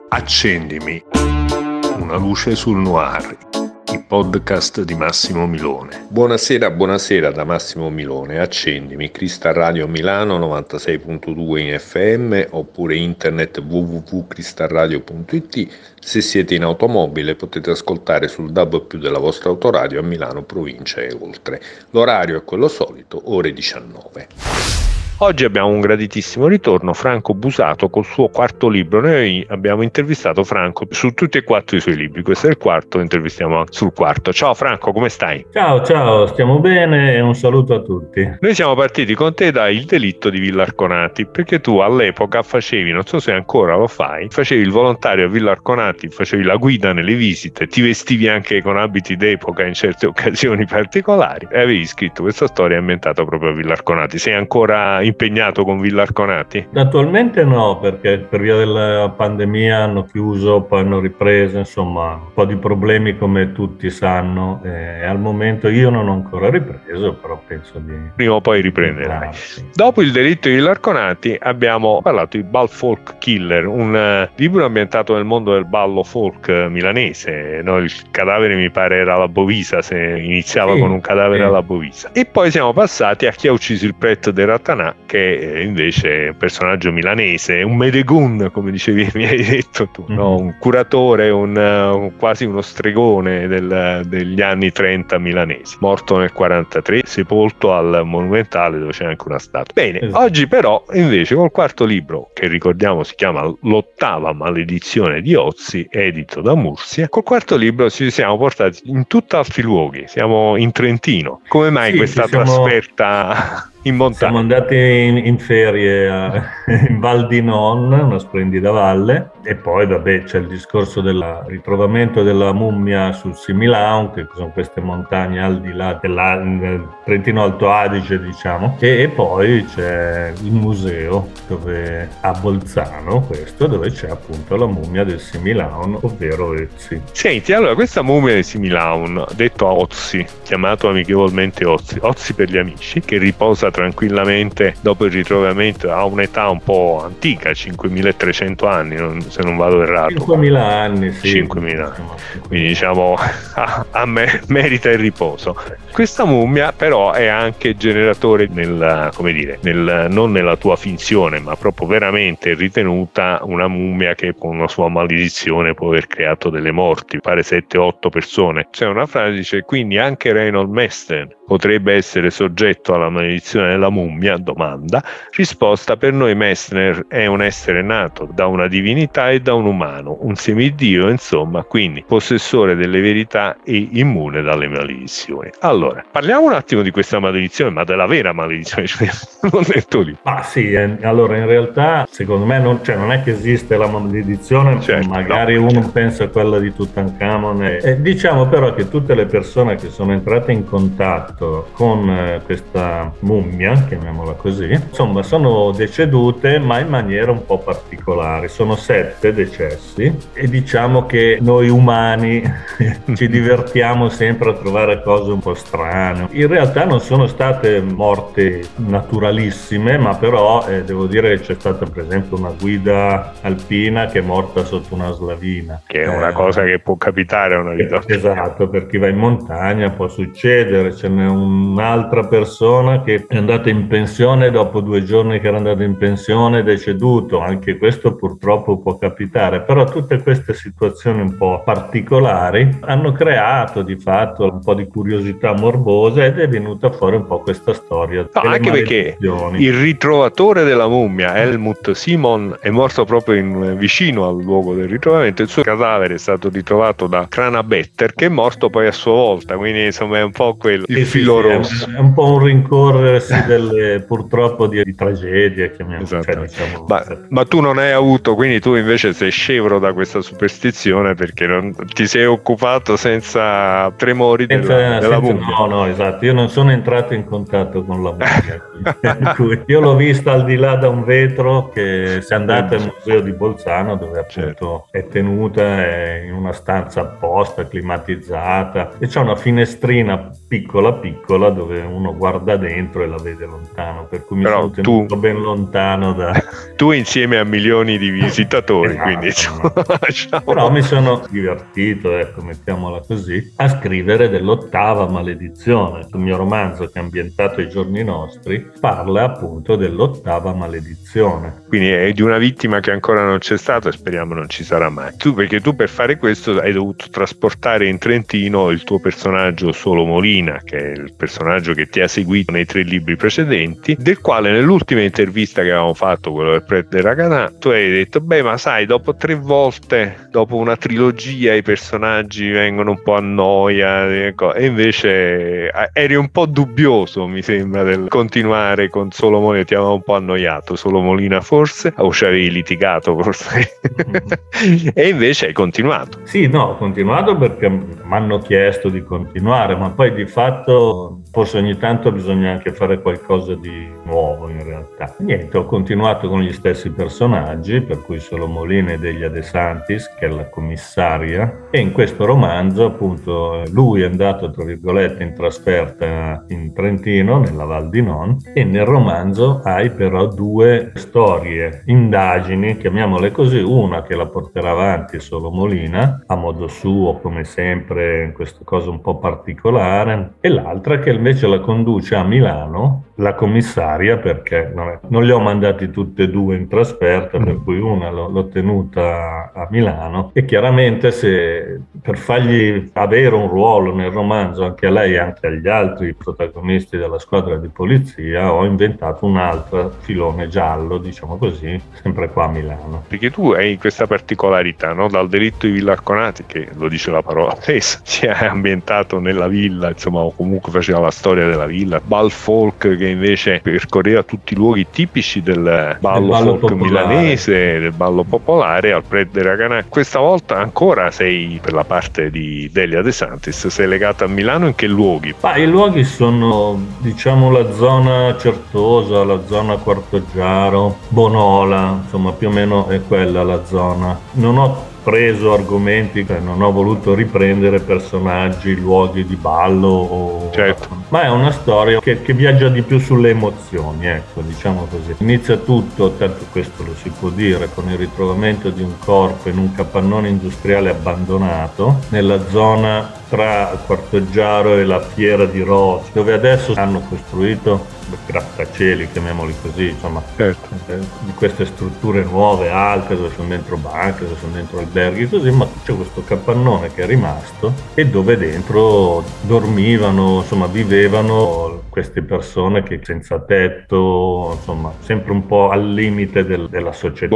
Accendimi, una luce sul noir, il podcast di Massimo Milone. Buonasera da Massimo Milone. Accendimi, Cristal Radio Milano 96.2 in FM oppure internet www.cristalradio.it. Se siete in automobile potete ascoltare sul DAB+ della vostra autoradio a Milano, provincia e oltre. L'orario è quello solito, ore 19. Oggi abbiamo un graditissimo ritorno, Franco Busato col suo quarto libro. Noi abbiamo intervistato Franco su tutti e quattro i suoi libri, questo è il quarto, intervistiamo sul quarto. Ciao Franco, come stai? Ciao, stiamo bene e un saluto a tutti. Noi siamo partiti con te da Il delitto di Villa Arconati, perché tu all'epoca facevi, non so se ancora lo fai, facevi il volontario a Villa Arconati, facevi la guida nelle visite, ti vestivi anche con abiti d'epoca in certe occasioni particolari e avevi scritto questa storia ambientata proprio a Villa Arconati. Sei ancora impegnato con Villa Arconati? Attualmente no, perché per via della pandemia hanno chiuso, poi hanno ripreso, insomma un po' di problemi come tutti sanno, e al momento io non ho ancora ripreso, però penso di prima o poi riprenderai. Dopo Il delitto di Villa Arconati abbiamo parlato di Bal Folk Killer, un libro ambientato nel mondo del ballo folk milanese, no? Il cadavere mi pare era alla Bovisa, se iniziava con un cadavere alla Bovisa, e poi siamo passati a Chi ha ucciso il prete de Ratanà, che invece è un personaggio milanese, un medegun, come dicevi, mi hai detto tu, no? Un curatore, quasi uno stregone degli anni 30 milanesi, morto nel 43, sepolto al Monumentale dove c'è anche una statua. Bene, oggi però invece col quarto libro, che ricordiamo si chiama L'ottava maledizione di Ozzi, edito da Mursia, col quarto libro ci siamo portati in tutt'altri luoghi, siamo in Trentino. Come mai questa trasferta in montagna? Siamo andati in ferie in Val di Non, una splendida valle, e poi vabbè c'è il discorso del ritrovamento della mummia sul Similaun, che sono queste montagne al di là del Trentino Alto Adige, diciamo, e poi c'è il museo a Bolzano, dove c'è appunto la mummia del Similaun, ovvero Ozzi. Senti, allora questa mummia del Similaun, detto Ozzi, chiamato amichevolmente Ozzi per gli amici, che riposa tranquillamente dopo il ritrovamento, ha un'età un po' antica, 5.300 anni, se non vado errato. 5.000 anni, sì. 5.000 anni. Quindi diciamo merita il riposo. Questa mummia però è anche generatore non nella tua finzione, ma proprio veramente ritenuta una mummia che con una sua maledizione può aver creato delle morti, pare 7-8 persone. C'è una frase che dice: quindi anche Reinhold Messner potrebbe essere soggetto alla maledizione della mummia? Domanda. Risposta: per noi Messner è un essere nato da una divinità e da un umano, un semidio, insomma, quindi possessore delle verità e immune dalle maledizioni. Allora, parliamo un attimo di questa maledizione, ma della vera maledizione, l'ho detto lì. Sì, allora in realtà secondo me non è che esiste la maledizione, certo, magari uno pensa a quella di Tutankhamon, diciamo però che tutte le persone che sono entrate in contatto con questa mummia, chiamiamola così, insomma sono decedute ma in maniera un po' particolare. Sono 7 decessi e diciamo che noi umani ci divertiamo sempre a trovare cose un po' strane. In realtà non sono state morte naturalissime, ma però devo dire che c'è stata per esempio una guida alpina che è morta sotto una slavina, che è una cosa che può capitare a una vita. Esatto, per chi va in montagna può succedere. Ce n'è un'altra persona che è andata in pensione, dopo 2 giorni che era andata in pensione è deceduto. Anche questo purtroppo può capitare, però tutte queste situazioni un po' particolari hanno creato di fatto un po' di curiosità morbosa ed è venuta fuori un po' questa storia. Anche perché il ritrovatore della mummia, Helmut Simon, è morto proprio vicino al luogo del ritrovamento. Il suo cadavere è stato ritrovato da Kranabetter, che è morto poi a sua volta, quindi insomma è un po' quello, il filo rosso. È un po' un rincorrersi purtroppo di tragedie, esatto. Diciamo, ma tu non hai avuto, quindi tu invece sei scevro da questa superstizione, perché non ti sei occupato senza tremori della mummia. No, esatto, io non sono entrato in contatto con la mummia. Io l'ho vista al di là da un vetro, che si è andata al museo di Bolzano, dove appunto è tenuta in una stanza apposta, climatizzata, e c'è una finestrina piccola piccola dove uno guarda dentro e la vede lontano, per cui mi sono tenuto ben lontano da... Tu insieme a milioni di visitatori, esatto, quindi no. Però mi sono divertito, ecco, mettiamola così, a scrivere dell'8ª maledizione. Il mio romanzo, che è ambientato ai giorni nostri, parla appunto dell'8ª maledizione. Quindi è di una vittima che ancora non c'è stata e speriamo non ci sarà mai. Perché tu per fare questo hai dovuto trasportare in Trentino il tuo personaggio Solo Molina, che è il personaggio che ti ha seguito nei 3 libri precedenti, del quale nell'ultima intervista che avevamo fatto, quello del Prete de Raganà, tu hai detto: beh, ma sai, dopo 3 volte, dopo una trilogia, i personaggi vengono un po' a noia, ecco. E invece eri un po' dubbioso, mi sembra, del continuare con Solo Molina. Ti aveva un po' annoiato Solo Molina, forse, o ci avevi litigato forse. E invece hai continuato. Sì, no, ho continuato perché mi hanno chiesto di continuare, ma poi di fatto forse ogni tanto bisogna anche fare qualcosa di nuovo in realtà. Niente, ho continuato con gli stessi personaggi, per cui Solo Molina e Delia De Santis, che è la commissaria, e in questo romanzo appunto lui è andato tra virgolette in trasferta in Trentino, nella Val di Non, e nel romanzo hai però 2 storie, indagini, chiamiamole così, una che la porterà avanti Solo Molina a modo suo, come sempre, in questa cosa un po' particolare, e l'altra che invece la conduce a Milano la commissaria, perché non li ho mandati tutte e 2 in trasferta, per cui una l'ho tenuta a Milano, e chiaramente per fargli avere un ruolo nel romanzo anche a lei e anche agli altri protagonisti della squadra di polizia, ho inventato un altro filone giallo, diciamo così, sempre qua a Milano. Perché tu hai questa particolarità, no? Dal delitto di Villarconati, che lo dice la parola stessa, si è ambientato nella villa, insomma, o comunque faceva la storia della villa. Bal folk, che invece percorreva tutti i luoghi tipici del ballo folk popolare, milanese, del ballo popolare, al Prete de Raganà. Questa volta ancora sei per la parte di Delia De Santis, sei legata a Milano, in che luoghi? I luoghi sono, diciamo, la zona Certosa, la zona Quartoggiaro, Bonola, insomma più o meno è quella la zona. Non ho preso argomenti, non ho voluto riprendere personaggi, luoghi di ballo, certo. Ma è una storia che viaggia di più sulle emozioni, ecco, diciamo così. Inizia tutto, tanto questo lo si può dire, con il ritrovamento di un corpo in un capannone industriale abbandonato nella zona tra Quartoggiaro e la Fiera di Rhodes, dove adesso hanno costruito grattacieli, chiamiamoli così, insomma, certo. Di queste strutture nuove, alte, dove sono dentro banche, dove sono dentro alberghi, così, ma c'è questo capannone che è rimasto e dove dentro dormivano, insomma, vivevano queste persone che senza tetto, insomma, sempre un po' al limite della società.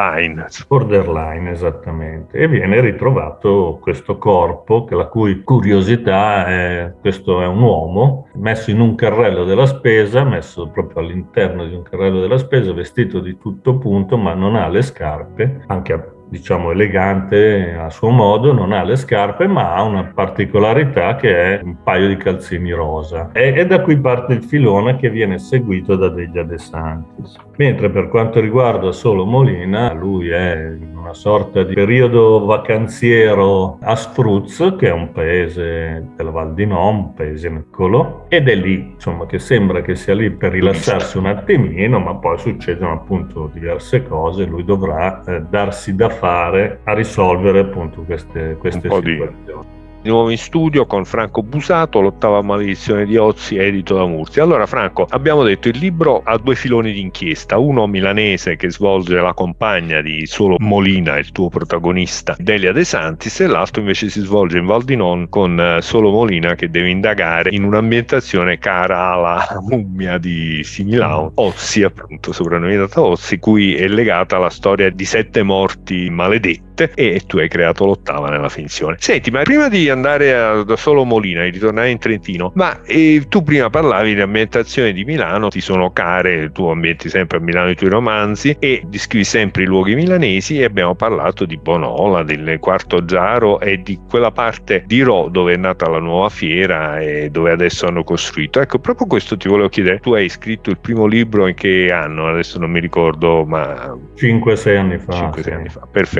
Borderline, esattamente. E viene ritrovato questo corpo, che la cui curiosità è, questo è un uomo messo in un carrello della spesa, messo proprio all'interno di un carrello della spesa, vestito di tutto punto, ma non ha le scarpe, anche diciamo elegante a suo modo, non ha le scarpe, ma ha una particolarità che è un paio di calzini rosa. E da qui parte il filone che viene seguito da Delia De Santis. Mentre per quanto riguarda Solo Molina, lui è in una sorta di periodo vacanziero a Spruz, che è un paese della Val di Non, un paese piccolo, ed è lì, insomma, che sembra che sia lì per rilassarsi un attimino, ma poi succedono appunto diverse cose, lui dovrà darsi da fare a risolvere appunto queste situazioni. Di nuovo in studio con Franco Busato, L'8ª maledizione di Ozzi, edito da Murzi. Allora Franco, abbiamo detto il libro ha 2 filoni di inchiesta, uno milanese che svolge la compagna di Solo Molina, il tuo protagonista Delia De Santis, e l'altro invece si svolge in Val di Non con Solo Molina che deve indagare in un'ambientazione cara alla mummia di Similaun, Ozzi appunto, soprannominata Ozzi, cui è legata la storia di 7 morti maledette, e tu hai creato l'8ª nella finzione. Senti, ma prima di andare da Solo Molina e ritornare in Trentino, ma tu prima parlavi di ambientazioni di Milano, ti sono care, tu ambienti sempre a Milano i tuoi romanzi e descrivi sempre i luoghi milanesi, e abbiamo parlato di Bonola, del Quartoggiaro e di quella parte di Rho dove è nata la nuova fiera e dove adesso hanno costruito. Ecco, proprio questo ti volevo chiedere, tu hai scritto il primo libro in che anno? Adesso non mi ricordo, ma 5-6 anni fa. 5-6 anni fa, perfetto.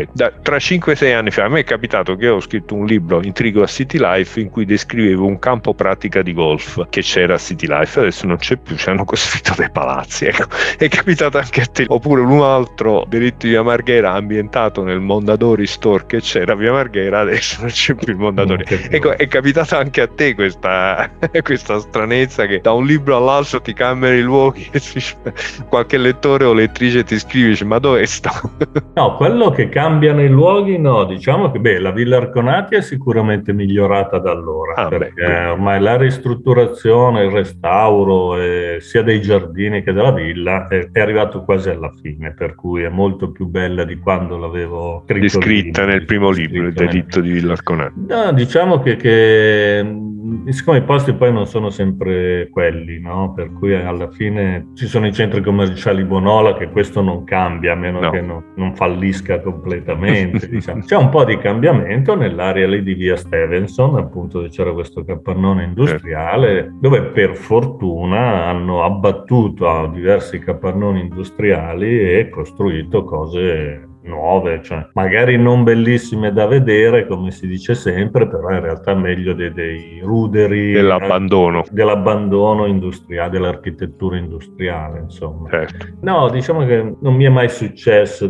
tra 5-6 anni fa, a me è capitato che ho scritto un libro, Intrigo a City Life, in cui descrivevo un campo pratica di golf che c'era a City Life, adesso non c'è più, ci hanno costruito dei palazzi, ecco. È capitato anche a te. Oppure un altro delitto di Via Marghera ambientato nel Mondadori Store che c'era a Via Marghera, adesso non c'è più il Mondadori. Ecco, è capitato anche a te questa stranezza che da un libro all'altro ti cambiano i luoghi e qualche lettore o lettrice ti scrive, dice, ma dove sta? No, quello che cambiano i luoghi, no, diciamo che la Villa Arconati è sicuramente migliorata da allora, perché ormai la ristrutturazione, il restauro sia dei giardini che della villa è arrivato quasi alla fine, per cui è molto più bella di quando l'avevo descritta nel primo libro, Il delitto di Villa Arconati. No, diciamo che siccome i posti poi non sono sempre quelli, no? Per cui alla fine ci sono i centri commerciali Bonola, che questo non cambia, a meno che non fallisca completamente. Diciamo. C'è un po' di cambiamento nell'area lì di via Stevenson, appunto, dove c'era questo capannone industriale, dove per fortuna hanno abbattuto diversi capannoni industriali e costruito cose nuove, cioè magari non bellissime da vedere, come si dice sempre, però in realtà meglio dei ruderi dell'abbandono industriale, dell'architettura industriale, insomma. Certo. No, diciamo che non mi è mai successo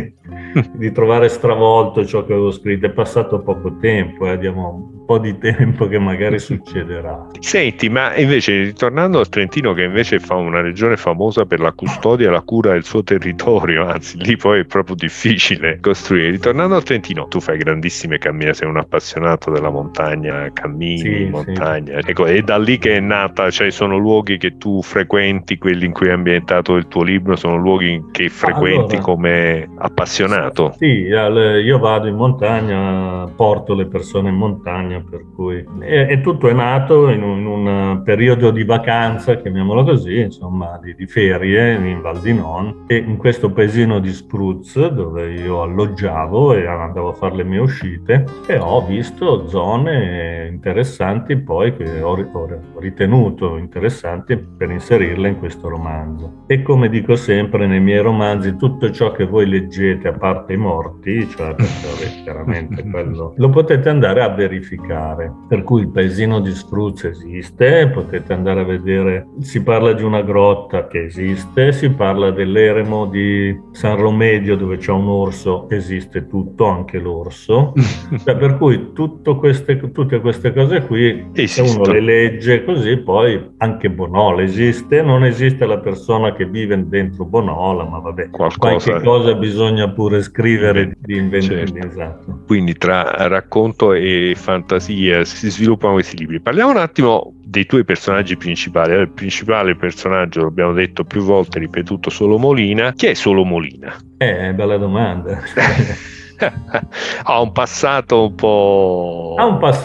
di trovare stravolto ciò che avevo scritto, è passato poco tempo, diamo un po' di tempo che magari succederà. Senti, ma invece ritornando al Trentino, che invece fa una regione famosa per la custodia e la cura del suo territorio, anzi lì poi è proprio difficile costruire. Ritornando al Trentino, tu fai grandissime camminate, sei un appassionato della montagna, cammini in montagna, sì. Ecco, è da lì che è nata, cioè sono luoghi che tu frequenti, quelli in cui è ambientato il tuo libro, sono luoghi che frequenti come appassionato? Sì, io vado in montagna, porto le persone in montagna, per cui tutto è nato in un periodo di vacanza, chiamiamolo così, insomma, di ferie in Val di Non, e in questo paesino di Spruz, dove io alloggiavo e andavo a fare le mie uscite, e ho visto zone interessanti poi che ho ritenuto interessanti per inserirle in questo romanzo. E come dico sempre nei miei romanzi, tutto ciò che voi leggete, a parte i morti, cioè chiaramente quello lo potete andare a verificare. Per cui il paesino di Spruz esiste, potete andare a vedere, si parla di una grotta che esiste, si parla dell'eremo di San Romedio dove c'è un orso, esiste tutto, anche l'orso. Cioè, per cui tutte queste cose qui, se uno le legge così, poi anche Bonola esiste, non esiste la persona che vive dentro Bonola, ma vabbè, qualche cosa bisogna pure scrivere di inventare. Certo. Esatto. Quindi tra racconto e fantasia si sviluppano questi libri. Parliamo un attimo dei tuoi personaggi principali. Il principale personaggio, l'abbiamo detto più volte, ripetuto, Solo Molina. Chi è Solo Molina? Bella domanda. Ha un passato un po'...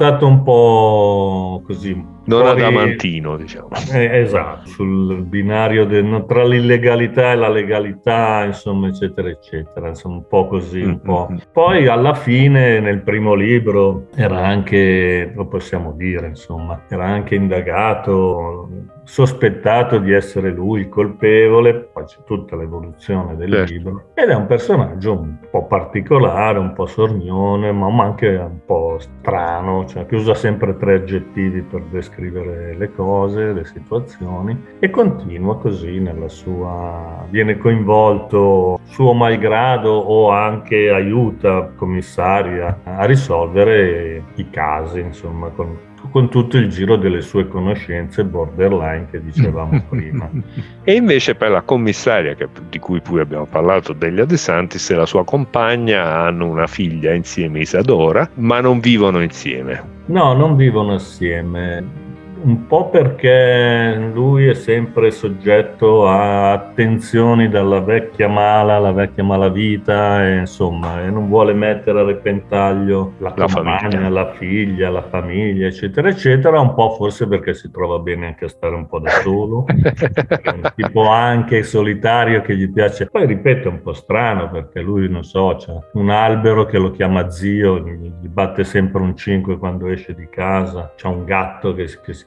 così... Non adamantino, diciamo. Esatto, sul binario tra l'illegalità e la legalità, insomma, eccetera, eccetera, insomma, un po' così, un po'. Poi alla fine, nel primo libro, era anche, lo possiamo dire, insomma, era anche indagato, sospettato di essere lui il colpevole, poi c'è tutta l'evoluzione del libro, ed è un personaggio un po' particolare, un po' sornione, ma anche un po' strano, cioè che usa sempre 3 aggettivi per descrivere le cose, le situazioni, e continua così nella sua... viene coinvolto suo malgrado o anche aiuta commissaria a risolvere i casi, insomma, con tutto il giro delle sue conoscenze borderline che dicevamo prima. E invece per la commissaria, di cui pure abbiamo parlato, Delia De Santis, e la sua compagna hanno una figlia insieme, Isadora, ma non vivono insieme. No, non vivono assieme. Un po' perché lui è sempre soggetto a attenzioni dalla vecchia malavita, e insomma, e non vuole mettere a repentaglio la compagna, la figlia, la famiglia, eccetera, eccetera. Un po' forse perché si trova bene anche a stare un po' da solo, è un tipo anche solitario che gli piace. Poi ripeto, è un po' strano perché lui, non so, c'ha un albero che lo chiama zio, gli batte sempre un 5 quando esce di casa, c'ha un gatto che si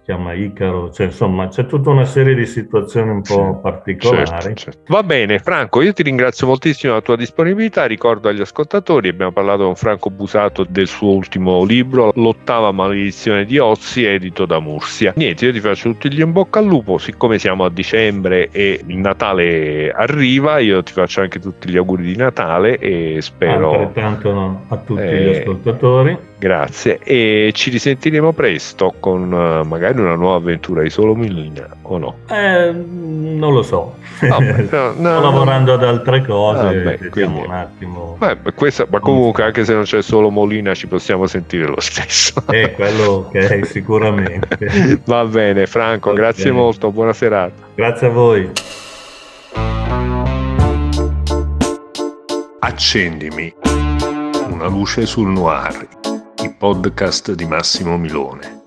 chiama Icaro, cioè insomma c'è tutta una serie di situazioni un po' particolari. Certo. Va bene Franco, io ti ringrazio moltissimo della tua disponibilità, ricordo agli ascoltatori, abbiamo parlato con Franco Busato del suo ultimo libro, L'ottava maledizione di Ozzy, edito da Mursia. Niente, io ti faccio tutti gli in bocca al lupo, siccome siamo a dicembre e il Natale arriva, io ti faccio anche tutti gli auguri di Natale e spero... Altrettanto a tutti gli ascoltatori. Grazie, e ci risentiremo presto con magari una nuova avventura di Solo Melina, o no? Non lo so. Vabbè, Sto lavorando ad altre cose, vediamo un attimo. Ma comunque anche se non c'è solo Molina ci possiamo sentire lo stesso. Quello che è sicuramente. Va bene Franco, grazie molto, buona serata. Grazie a voi. Accendimi una luce sul noir, il podcast di Massimo Milone.